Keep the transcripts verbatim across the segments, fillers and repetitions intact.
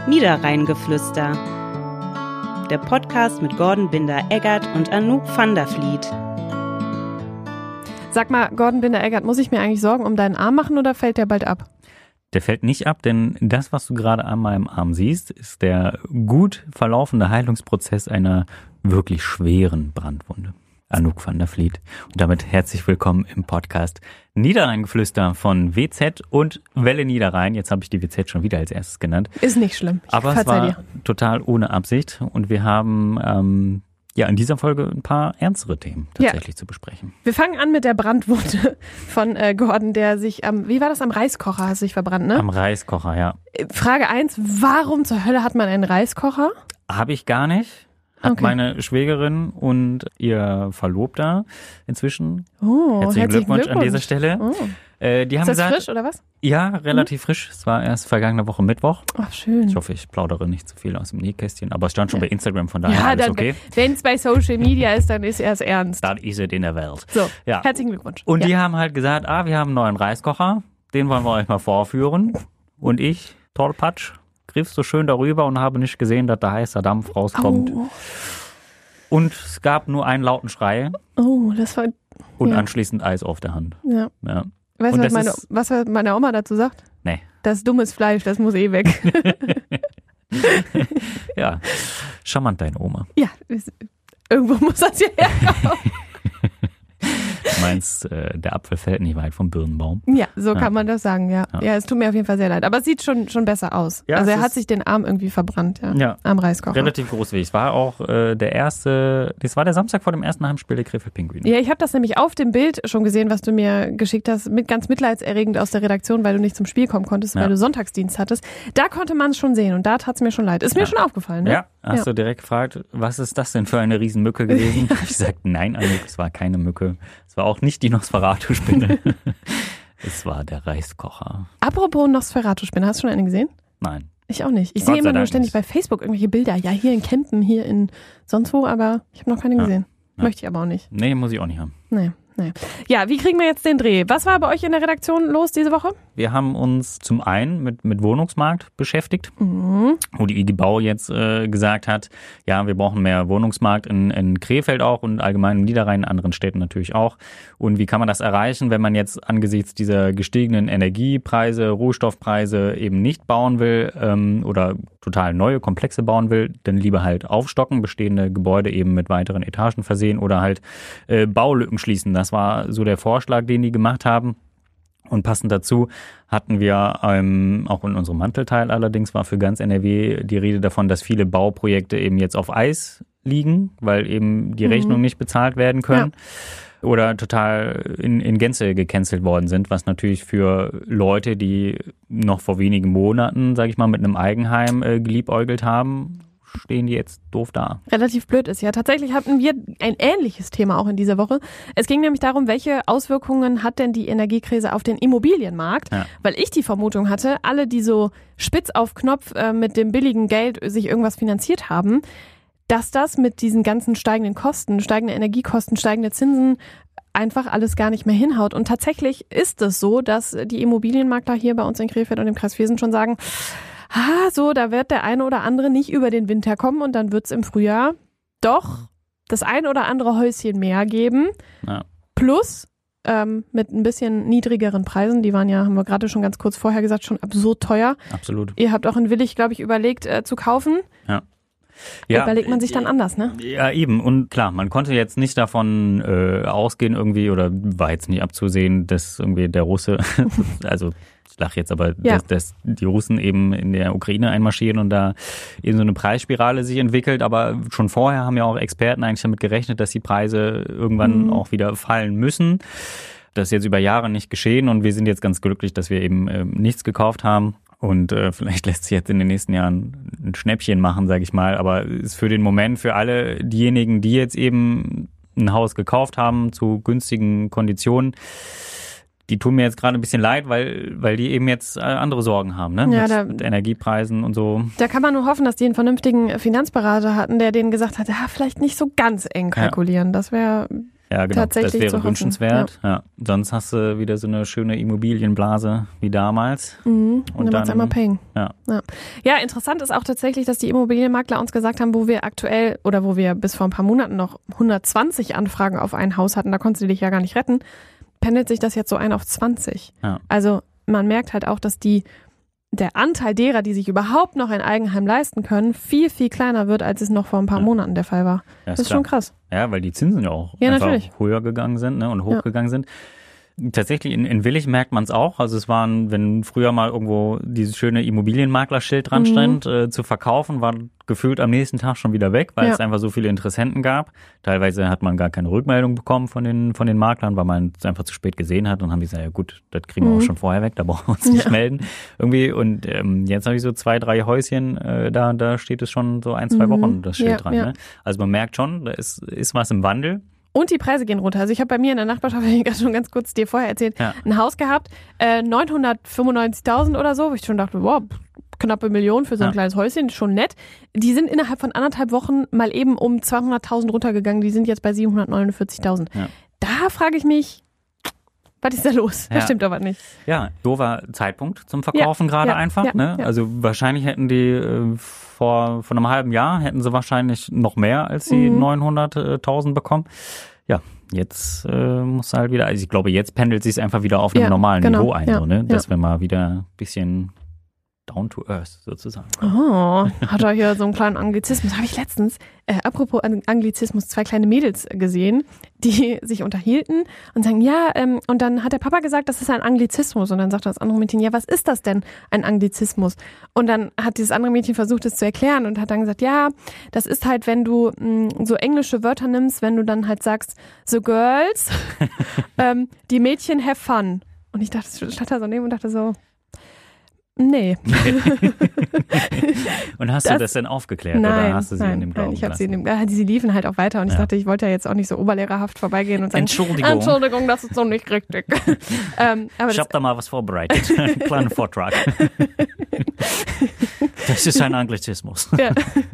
Niederrheingeflüster. Der Podcast mit Gordon Binder-Eggert und Anouk van der Vliet. Sag mal, Gordon Binder-Eggert, muss ich mir eigentlich Sorgen um deinen Arm machen oder fällt der bald ab? Der fällt nicht ab, denn das, was du gerade an meinem Arm siehst, ist der gut verlaufende Heilungsprozess einer wirklich schweren Brandwunde. Anouk van der Vliet. Und damit herzlich willkommen im Podcast Niederrheingeflüster von W Z und Welle Niederrhein. Jetzt habe ich die W Z schon wieder als erstes genannt. Ist nicht schlimm. Ich Aber es war dir. total ohne Absicht. Und wir haben ähm, ja in dieser Folge ein paar ernstere Themen tatsächlich ja. zu besprechen. Wir fangen an mit der Brandwunde von äh, Gordon, der sich am, wie war das, am Reiskocher hast du sich verbrannt, ne? Am Reiskocher, ja. Frage eins, warum zur Hölle hat man einen Reiskocher? Habe ich gar nicht. Hat okay. meine Schwägerin und ihr Verlobter inzwischen. Oh, herzlichen, herzlichen Glückwunsch, Glückwunsch an dieser Stelle. Oh. Äh, die haben Ist das gesagt, frisch oder was? Ja, relativ mhm. frisch. Es war erst vergangene Woche Mittwoch. Ach, schön. Ich hoffe, ich plaudere nicht zu viel aus dem Nähkästchen, aber es stand schon ja. bei Instagram, von daher ja, alles dann, okay. Wenn es bei Social Media ist, dann ist er es ernst. Dann ist es in der Welt. So, ja. herzlichen Glückwunsch. Und ja. die haben halt gesagt, ah, wir haben einen neuen Reiskocher, den wollen wir euch mal vorführen. Und ich, Tollpatsch, griff so schön darüber und habe nicht gesehen, dass da heißer Dampf rauskommt. Oh. Und es gab nur einen lauten Schrei. Oh, das war... Und ja. anschließend Eis auf der Hand. Ja. ja. Weißt du, was meine, was meine Oma dazu sagt? Nee. Das ist dummes Fleisch, das muss eh weg. Ja, charmant deine Oma. Ja, ist, irgendwo muss das ja herkommen. Du meinst, äh, der Apfel fällt nicht weit vom Birnenbaum? Ja, so ja. kann man das sagen, ja. ja. Ja, es tut mir auf jeden Fall sehr leid. Aber es sieht schon, schon besser aus. Ja, also er hat sich den Arm irgendwie verbrannt, ja. ja. Am Reiskocher. Relativ großweg. Es war auch äh, der erste, das war der Samstag vor dem ersten Heimspiel der Krefeld-Pinguine. Ja, ich habe das nämlich auf dem Bild schon gesehen, was du mir geschickt hast, mit ganz mitleidserregend aus der Redaktion, weil du nicht zum Spiel kommen konntest, ja. weil du Sonntagsdienst hattest. Da konnte man es schon sehen und da tat es mir schon leid. Ist mir ja. schon aufgefallen, ne? Ja, hast ja. du direkt gefragt, was ist das denn für eine Riesenmücke gewesen? Ich gesagt, nein, Anouk, es war keine Mücke. Es war auch nicht die Nosferatu-Spinne. Es war der Reiskocher. Apropos Nosferatu-Spinne, hast du schon eine gesehen? Nein. Ich auch nicht. Ich Gott sehe immer nur Dank ständig nicht. bei Facebook irgendwelche Bilder. Ja, hier in Kempen, hier in sonst wo, aber ich habe noch keine ja. gesehen. Ja. Möchte ich aber auch nicht. Nee, muss ich auch nicht haben. Nee, nee. Ja, wie kriegen wir jetzt den Dreh? Was war bei euch in der Redaktion los diese Woche? Wir haben uns zum einen mit, mit Wohnungsmarkt beschäftigt, mhm. wo die I G Bau jetzt äh, gesagt hat, ja, wir brauchen mehr Wohnungsmarkt in, in Krefeld auch und allgemein im Niederrhein, in anderen Städten natürlich auch. Und wie kann man das erreichen, wenn man jetzt angesichts dieser gestiegenen Energiepreise, Rohstoffpreise eben nicht bauen will ähm, oder total neue Komplexe bauen will, dann lieber halt aufstocken, bestehende Gebäude eben mit weiteren Etagen versehen oder halt äh, Baulücken schließen. Das war so der Vorschlag, den die gemacht haben. Und passend dazu hatten wir ähm, auch in unserem Mantelteil allerdings war für ganz N R W die Rede davon, dass viele Bauprojekte eben jetzt auf Eis liegen, weil eben die mhm. Rechnungen nicht bezahlt werden können. Ja. Oder total in, in Gänze gecancelt worden sind, was natürlich für Leute, die noch vor wenigen Monaten, sage ich mal, mit einem Eigenheim äh, geliebäugelt haben, stehen die jetzt doof da. Relativ blöd ist ja. Tatsächlich hatten wir ein ähnliches Thema auch in dieser Woche. Es ging nämlich darum, welche Auswirkungen hat denn die Energiekrise auf den Immobilienmarkt? Ja. Weil ich die Vermutung hatte, alle, die so spitz auf Knopf äh, mit dem billigen Geld sich irgendwas finanziert haben, dass das mit diesen ganzen steigenden Kosten, steigende Energiekosten, steigende Zinsen einfach alles gar nicht mehr hinhaut. Und tatsächlich ist es so, dass die Immobilienmakler hier bei uns in Krefeld und im Kreis Viersen schon sagen, ah, so, da wird der eine oder andere nicht über den Winter kommen und dann wird es im Frühjahr doch das ein oder andere Häuschen mehr geben. Ja. Plus ähm, mit ein bisschen niedrigeren Preisen. Die waren ja, haben wir gerade schon ganz kurz vorher gesagt, schon absurd teuer. Absolut. Ihr habt auch in Willig, glaube ich, überlegt äh, zu kaufen. Ja. Ja, überlegt man sich dann anders, ne? Ja, eben. Und klar, man konnte jetzt nicht davon äh, ausgehen irgendwie oder war jetzt nicht abzusehen, dass irgendwie der Russe, also ich lache jetzt aber, ja. dass, dass die Russen eben in der Ukraine einmarschieren und da eben so eine Preisspirale sich entwickelt. Aber schon vorher haben ja auch Experten eigentlich damit gerechnet, dass die Preise irgendwann mhm. auch wieder fallen müssen. Das ist jetzt über Jahre nicht geschehen und wir sind jetzt ganz glücklich, dass wir eben äh, nichts gekauft haben. Und äh, vielleicht lässt sich jetzt in den nächsten Jahren ein Schnäppchen machen, sage ich mal. Aber ist für den Moment für alle diejenigen, die jetzt eben ein Haus gekauft haben zu günstigen Konditionen, die tun mir jetzt gerade ein bisschen leid, weil weil die eben jetzt andere Sorgen haben, ne? Ja, mit, da, mit Energiepreisen und so. Da kann man nur hoffen, dass die einen vernünftigen Finanzberater hatten, der denen gesagt hat, ja, vielleicht nicht so ganz eng kalkulieren. Ja. Das wäre Ja, genau. tatsächlich das wäre zu wünschenswert. Ja. Ja. Sonst hast du wieder so eine schöne Immobilienblase wie damals. Mhm. Und, Und dann dann macht's einmal Peng. Ja. Ja. ja, interessant ist auch tatsächlich, dass die Immobilienmakler uns gesagt haben, wo wir aktuell oder wo wir bis vor ein paar Monaten noch hundertzwanzig Anfragen auf ein Haus hatten, da konntest du dich ja gar nicht retten, pendelt sich das jetzt so ein auf zwanzig. Ja. Also man merkt halt auch, dass die der Anteil derer, die sich überhaupt noch ein Eigenheim leisten können, viel, viel kleiner wird, als es noch vor ein paar ja. Monaten der Fall war. Ja, das ist klar. schon krass. Ja, weil die Zinsen ja auch ja, einfach natürlich. höher gegangen sind, ne, und hochgegangen ja. sind. Tatsächlich in, in Willig merkt man es auch. Also es waren, wenn früher mal irgendwo dieses schöne Immobilienmaklerschild dran stand, mhm. äh, zu verkaufen, war gefühlt am nächsten Tag schon wieder weg, weil ja. es einfach so viele Interessenten gab. Teilweise hat man gar keine Rückmeldung bekommen von den von den Maklern, weil man es einfach zu spät gesehen hat und haben die gesagt, ja gut, das kriegen wir mhm. auch schon vorher weg, da brauchen wir uns nicht ja. melden. Irgendwie. Und ähm, jetzt habe ich so zwei, drei Häuschen, äh, da da steht es schon so ein, zwei mhm. Wochen das Schild ja, dran. Ja. Ne? Also man merkt schon, da ist, ist was im Wandel. Und die Preise gehen runter. Also ich habe bei mir in der Nachbarschaft, habe ich gerade schon ganz kurz dir vorher erzählt, ja. ein Haus gehabt, äh, neunhundertfünfundneunzigtausend oder so, wo ich schon dachte, wow, knappe Million für so ein ja. kleines Häuschen, schon nett. Die sind innerhalb von anderthalb Wochen mal eben um zweihunderttausend runtergegangen, die sind jetzt bei siebenhundertneunundvierzigtausend. Ja. Da frage ich mich, was ist da los? Ja. Das stimmt aber nicht. Ja, doofer Zeitpunkt zum Verkaufen ja. gerade ja. einfach. Ja. Ne? Ja. Also wahrscheinlich hätten die äh, vor, vor einem halben Jahr hätten sie wahrscheinlich noch mehr als die mhm. neunhunderttausend bekommen. Ja, jetzt äh, muss halt wieder, also ich glaube, jetzt pendelt sich es einfach wieder auf einem ja, normalen genau. Niveau ein, ja. so, ne? dass ja. wir mal wieder ein bisschen down to earth sozusagen. Oh, hat er hier so einen kleinen Anglizismus. Habe ich letztens, äh, apropos Anglizismus, zwei kleine Mädels gesehen, die sich unterhielten und sagen, ja, ähm, und dann hat der Papa gesagt, das ist ein Anglizismus. Und dann sagt das andere Mädchen, ja, was ist das denn, ein Anglizismus? Und dann hat dieses andere Mädchen versucht, es zu erklären und hat dann gesagt, ja, das ist halt, wenn du mh, so englische Wörter nimmst, wenn du dann halt sagst, so girls, ähm, die Mädchen have fun. Und ich dachte, ich stand da so neben und dachte so, nee. Und hast das, du das denn aufgeklärt nein, oder hast du sie nein, in dem Glauben nein, ich habe sie in gelassen? dem, sie liefen halt auch weiter und ich ja. dachte, ich wollte ja jetzt auch nicht so oberlehrerhaft vorbeigehen und sagen, Entschuldigung, Entschuldigung, das ist so nicht richtig. ähm, aber ich habe da mal was vorbereitet, einen kleinen Vortrag. Das ist ein Anglizismus. Ja.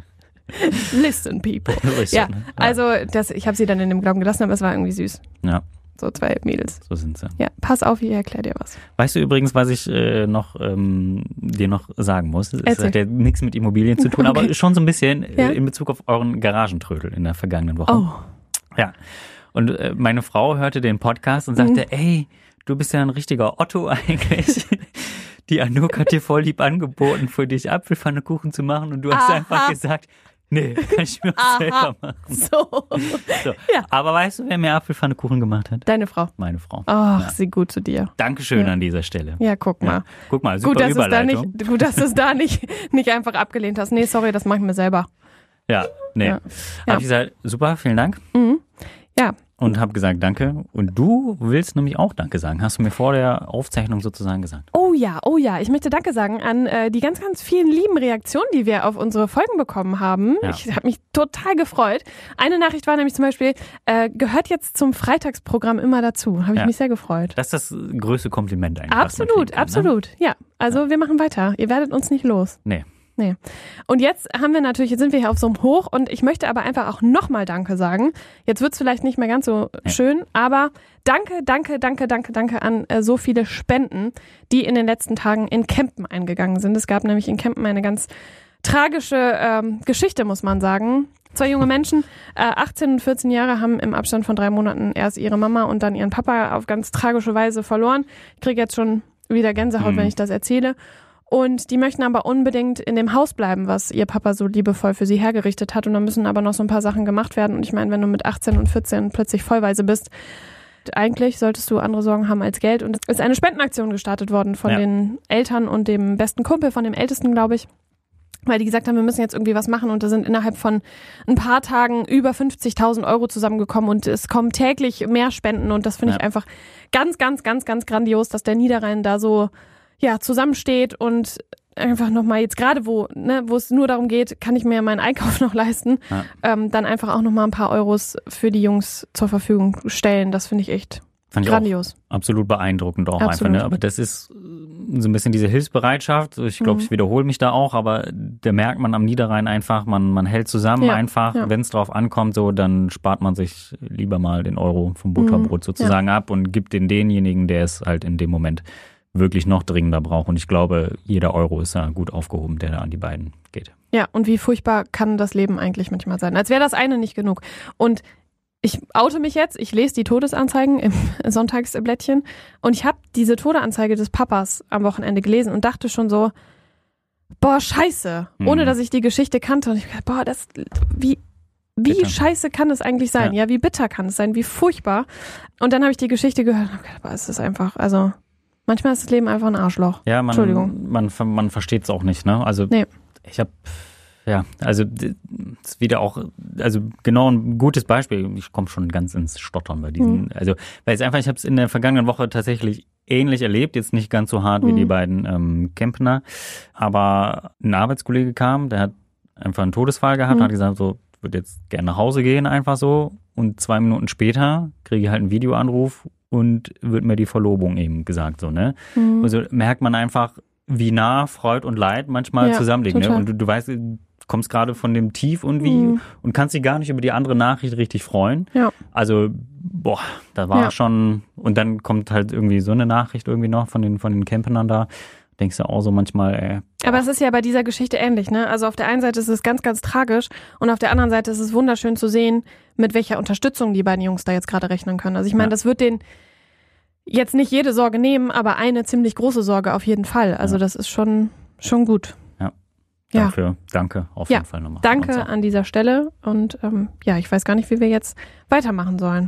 Listen, people. Listen, ja, also das, ich habe sie dann in dem Glauben gelassen, aber es war irgendwie süß. Ja. So zwei Mädels. So sind sie. Ja, pass auf, ich erkläre dir was. Weißt du übrigens, was ich äh, noch ähm, dir noch sagen muss? Es Erzähl. hat ja nichts mit Immobilien zu tun, okay. aber schon so ein bisschen ja? äh, in Bezug auf euren Garagentrödel in der vergangenen Woche. Oh. Ja. Und äh, meine Frau hörte den Podcast und sagte, mhm. ey, du bist ja ein richtiger Otto eigentlich. Die Anouk hat dir voll lieb angeboten, für dich Apfelpfannekuchen zu machen und du hast Aha. einfach gesagt, nee, kann ich mir auch selber machen. So. so. Ja. Aber weißt du, wer mir Apfelpfannekuchen gemacht hat? Deine Frau. Meine Frau. Ach, ja. sie gut zu dir. Dankeschön ja. an dieser Stelle. Ja, guck mal. Ja. Guck mal, super gut, dass Überleitung. Es da nicht, gut, dass du es da nicht, nicht einfach abgelehnt hast. Nee, sorry, das mache ich mir selber. Ja, nee. Ja. Hab Ja. ich gesagt, super, vielen Dank. Mhm. Ja. Und habe gesagt, danke. Und du willst nämlich auch Danke sagen. Hast du mir vor der Aufzeichnung sozusagen gesagt. Oh ja, oh ja. Ich möchte Danke sagen an äh, die ganz, ganz vielen lieben Reaktionen, die wir auf unsere Folgen bekommen haben. Ja. Ich habe mich total gefreut. Eine Nachricht war nämlich zum Beispiel, äh, gehört jetzt zum Freitagsprogramm immer dazu. Habe ich Ja. mich sehr gefreut. Das ist das größte Kompliment eigentlich. was man kriegen Absolut, kann, absolut. Ne? Ja, also ja. wir machen weiter. Ihr werdet uns nicht los. Nee. Nee. Und jetzt haben wir natürlich, jetzt sind wir hier auf so einem Hoch und ich möchte aber einfach auch nochmal Danke sagen. Jetzt wird es vielleicht nicht mehr ganz so nee. schön, aber danke, danke, danke, danke, danke an äh, so viele Spenden, die in den letzten Tagen in Kempen eingegangen sind. Es gab nämlich in Kempen eine ganz tragische ähm, Geschichte, muss man sagen. Zwei junge Menschen, äh, achtzehn und vierzehn Jahre, haben im Abstand von drei Monaten erst ihre Mama und dann ihren Papa auf ganz tragische Weise verloren. Ich kriege jetzt schon wieder Gänsehaut, mhm. wenn ich das erzähle. Und die möchten aber unbedingt in dem Haus bleiben, was ihr Papa so liebevoll für sie hergerichtet hat. Und da müssen aber noch so ein paar Sachen gemacht werden. Und ich meine, wenn du mit achtzehn und vierzehn plötzlich vollweise bist, eigentlich solltest du andere Sorgen haben als Geld. Und es ist eine Spendenaktion gestartet worden von ja. den Eltern und dem besten Kumpel, von dem Ältesten, glaube ich. Weil die gesagt haben, wir müssen jetzt irgendwie was machen. Und da sind innerhalb von ein paar Tagen über fünfzigtausend Euro zusammengekommen. Und es kommen täglich mehr Spenden. Und das finde ja. ich einfach ganz, ganz, ganz, ganz grandios, dass der Niederrhein da so ja, zusammensteht und einfach nochmal jetzt gerade, wo ne, wo es nur darum geht, kann ich mir meinen Einkauf noch leisten, ja. ähm, dann einfach auch nochmal ein paar Euros für die Jungs zur Verfügung stellen. Das finde ich echt Fand Grandios. Ich auch absolut beeindruckend auch Absolut. einfach. Ne? Aber das ist so ein bisschen diese Hilfsbereitschaft. Ich glaube, Mhm. ich wiederhole mich da auch, aber da merkt man am Niederrhein einfach, man, man hält zusammen Ja, einfach. ja. Wenn es drauf ankommt, so, dann spart man sich lieber mal den Euro vom Butterbrot Mhm. sozusagen ab und gibt den denjenigen, der es halt in dem Moment wirklich noch dringender braucht. Und ich glaube, jeder Euro ist ja gut aufgehoben, der da an die beiden geht. Ja, und wie furchtbar kann das Leben eigentlich manchmal sein? Als wäre das eine nicht genug. Und ich oute mich jetzt, ich lese die Todesanzeigen im Sonntagsblättchen und ich habe diese Todesanzeige des Papas am Wochenende gelesen und dachte schon so, boah, scheiße, Mhm. ohne dass ich die Geschichte kannte. Und ich dachte, boah, das, wie, wie Bitter. scheiße kann es eigentlich sein? Ja. ja, wie bitter kann es sein? Wie furchtbar? Und dann habe ich die Geschichte gehört und habe gedacht, boah, es ist einfach, also manchmal ist das Leben einfach ein Arschloch. Ja, man, Entschuldigung. man, man versteht es auch nicht, ne? Also Nee. ich habe, ja, also das ist wieder auch, also genau ein gutes Beispiel. Ich komme schon ganz ins Stottern bei diesen, Mhm. also weil es einfach, ich habe es in der vergangenen Woche tatsächlich ähnlich erlebt, jetzt nicht ganz so hart wie Mhm. die beiden ähm, Kempner, aber ein Arbeitskollege kam, der hat einfach einen Todesfall gehabt, Mhm. hat gesagt, so, ich würde jetzt gerne nach Hause gehen, einfach so, und zwei Minuten später kriege ich halt einen Videoanruf und wird mir die Verlobung eben gesagt, so, ne? Mhm. Also merkt man einfach, wie nah Freud und Leid manchmal Ja, zusammenliegen. Ne? total. Und du, du weißt, du kommst gerade von dem Tief und wie Mhm. und kannst dich gar nicht über die andere Nachricht richtig freuen. Ja. Also, boah, da war Ja. schon, und dann kommt halt irgendwie so eine Nachricht irgendwie noch von den, von den Campernern da. Denkst du auch so manchmal, ey. Aber es ist ja bei dieser Geschichte ähnlich, ne? Also auf der einen Seite ist es ganz, ganz tragisch und auf der anderen Seite ist es wunderschön zu sehen, mit welcher Unterstützung die beiden Jungs da jetzt gerade rechnen können. Also ich meine, Ja. das wird denen jetzt nicht jede Sorge nehmen, aber eine ziemlich große Sorge auf jeden Fall. Also Ja. das ist schon, schon gut. Ja. Dafür danke auf Ja, jeden Fall nochmal. von uns Danke auch. an dieser Stelle und ähm, ja, ich weiß gar nicht, wie wir jetzt weitermachen sollen.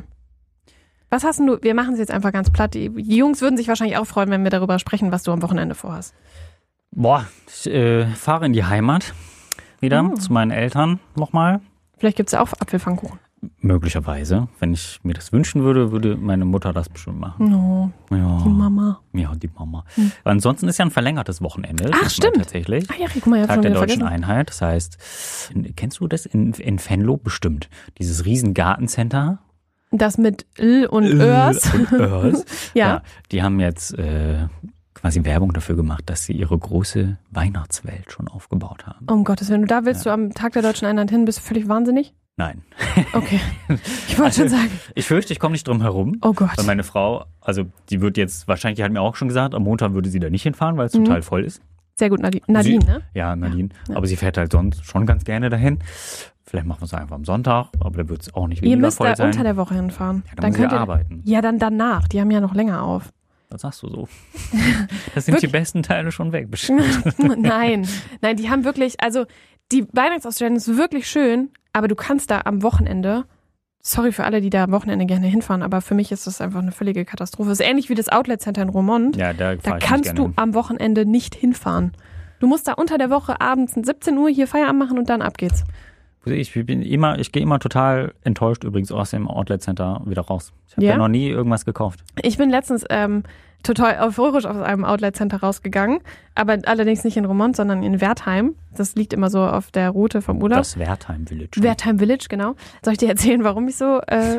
Was hast denn du, wir machen es jetzt einfach ganz platt. Die die Jungs würden sich wahrscheinlich auch freuen, wenn wir darüber sprechen, was du am Wochenende vorhast. Boah, ich äh, fahre in die Heimat wieder Oh. zu meinen Eltern nochmal. Vielleicht gibt es ja auch Apfelpfannkuchen. Möglicherweise. Wenn ich mir das wünschen würde, würde meine Mutter das bestimmt machen. No, Ja. die Mama. Ja, die Mama. Hm. Ansonsten ist ja ein verlängertes Wochenende. Ach, diesmal stimmt. Tatsächlich. Ah ja, guck mal, ich hab Tag schon der wieder Deutschen vergessen. Einheit. Das heißt, in, kennst du das in, in Venlo? Bestimmt. Dieses riesen Gartencenter. Das mit L und Örs. Und Örs. Ja. Die haben jetzt äh, quasi Werbung dafür gemacht, dass sie ihre große Weihnachtswelt schon aufgebaut haben. Um Gottes Willen, da willst Ja. du am Tag der Deutschen Einheit hin, bist du völlig wahnsinnig? Nein. Okay. Ich wollte schon sagen. Ich fürchte, ich komme nicht drum herum. Oh Gott. Weil meine Frau, also die wird jetzt, wahrscheinlich, die hat mir auch schon gesagt, am Montag würde sie da nicht hinfahren, weil es Mhm. total voll ist. Sehr gut, Nadine, Nadine Sie- ne? Ja, Nadine. Ja. Aber sie fährt halt sonst schon ganz gerne dahin. Vielleicht machen wir es einfach am Sonntag, aber da wird es auch nicht Ihr weniger müsst voll da sein. unter der Woche hinfahren. ja, dann, muss könnt ich ihr. arbeiten. Ja, dann danach. Die haben ja noch länger auf. Das sagst du so. Das sind die Wirklich? besten Teile schon weg. bestimmt. Nein, nein, die haben wirklich, also die Weihnachtsausstellung ist wirklich schön, aber du kannst da am Wochenende, sorry für alle, die da am Wochenende gerne hinfahren, aber für mich ist das einfach eine völlige Katastrophe. Das ist ähnlich wie das Outlet Center in Roermond. Ja, da, Da fahr ich nicht kannst gerne du hin. am Wochenende nicht hinfahren. Du musst da unter der Woche abends um siebzehn Uhr hier Feierabend machen und dann ab geht's. Ich bin immer, ich gehe immer total enttäuscht übrigens aus dem Outlet Center wieder raus. Ich habe Ja? ja noch nie irgendwas gekauft. Ich bin letztens ähm, total euphorisch aus einem Outlet Center rausgegangen, aber allerdings nicht in Roermond, sondern in Wertheim. Das liegt immer so auf der Route vom Urlaub. Das Wertheim Village. Wertheim Village, genau. Soll ich dir erzählen, warum ich so... Äh,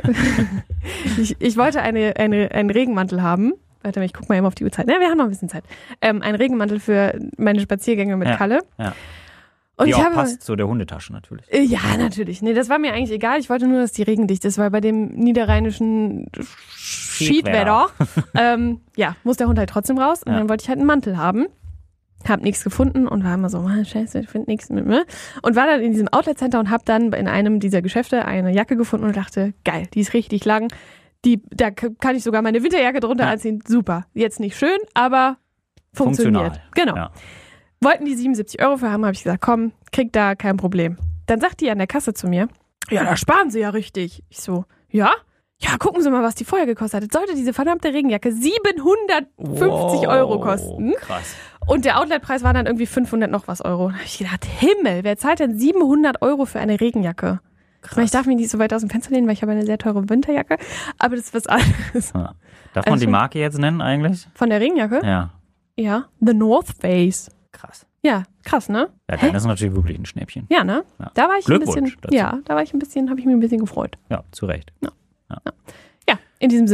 ich, ich wollte eine, eine, einen Regenmantel haben. Warte mal, ich guck mal eben auf die Uhrzeit. Ne, wir haben noch ein bisschen Zeit. Ähm, einen Regenmantel für meine Spaziergänge mit Ja, Kalle. ja. Und Die ich auch habe, passt zu der Hundetasche natürlich. Äh, Ja, natürlich. Nee, das war mir eigentlich egal. Ich wollte nur, dass die regendicht ist, weil bei dem niederrheinischen Schiedwetter, ähm, ja, muss der Hund halt trotzdem raus. Und Ja. dann wollte ich halt einen Mantel haben. Hab nichts gefunden und war immer so, ah, scheiße, ich finde nichts mit mir. Und war dann in diesem Outlet-Center und hab dann in einem dieser Geschäfte eine Jacke gefunden und dachte, geil, die ist richtig lang. Die, da k- kann ich sogar meine Winterjacke drunter Ja. anziehen. Super. Jetzt nicht schön, aber funktioniert. Funktional. Genau. Ja. Wollten die siebenundsiebzig Euro für haben, habe ich gesagt, komm, krieg da kein Problem. Dann sagt die an der Kasse zu mir, ja, da sparen sie ja richtig. Ich so, ja? Ja, gucken Sie mal, was die vorher gekostet hat. Sollte diese verdammte Regenjacke siebenhundertfünfzig Wow, Euro kosten. Krass. Und der Outletpreis war dann irgendwie fünfhundert noch was Euro. Da habe ich gedacht, Himmel, wer zahlt denn siebenhundert Euro für eine Regenjacke? Ich, meine, ich darf mich nicht so weit aus dem Fenster lehnen, weil ich habe eine sehr teure Winterjacke. Aber das ist was anderes. Ja. Darf man Also- die Marke jetzt nennen eigentlich? Von der Regenjacke? Ja. Ja. The North Face. Krass. Ja, krass, ne? Ja, dann ist es natürlich wirklich ein Schnäppchen. Ja, ne? Ja. Da war ich ein bisschen, Glückwunsch dazu. ja, da war ich ein bisschen, habe ich mich ein bisschen gefreut. Ja, zu Recht. Ja, in diesem Sinne,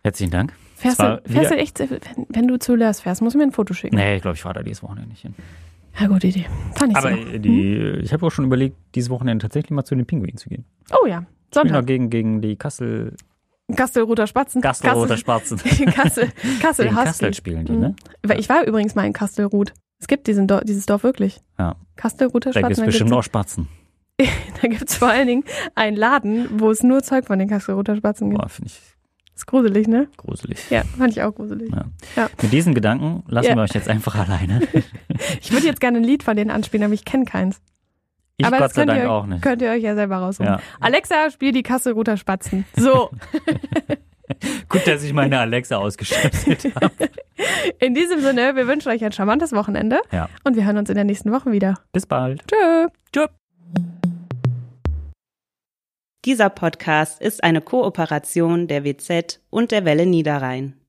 Herzlichen Dank. Fährst, du, fährst du echt, wenn, wenn du zu Lörs fährst, musst du mir ein Foto schicken? Nee, ich glaube, ich fahre da dieses Wochenende nicht hin. Ja, gute Idee. Fand ich Aber so. die, hm? ich habe auch schon überlegt, dieses Wochenende tatsächlich mal zu den Pinguinen zu gehen. Oh ja, Sonntag. Gegen, gegen die Kassel... Kastelruther Spatzen. Kastelruther Spatzen. Kassel, Kassel Gegen Husky. Kassel spielen die, ne? Mhm. Ich war übrigens mal in Kastelruth. Es gibt diesen Dorf, dieses Dorf wirklich. Ja. Kastelruther Spatzen. Da gibt es bestimmt auch Spatzen. Da gibt es vor allen Dingen einen Laden, wo es nur Zeug von den Kastelruther Spatzen gibt. Boah, finde ich... Ist gruselig, ne? Gruselig. Ja, fand ich auch gruselig. Ja. Ja. Mit diesen Gedanken lassen ja. wir euch jetzt einfach alleine. Ich würde jetzt gerne ein Lied von denen anspielen, aber ich kenne keins. Ich aber Gott sei Dank ihr, auch nicht. Könnt ihr euch ja selber raussuchen. Ja. Alexa, spiel die Kastelruther Spatzen. So. Gut, dass ich meine Alexa ausgestöpselt habe. In diesem Sinne, wir wünschen euch ein charmantes Wochenende. Ja. Und wir hören uns in der nächsten Woche wieder. Bis bald. Tschö. Tschö. Dieser Podcast ist eine Kooperation der W Z und der Welle Niederrhein.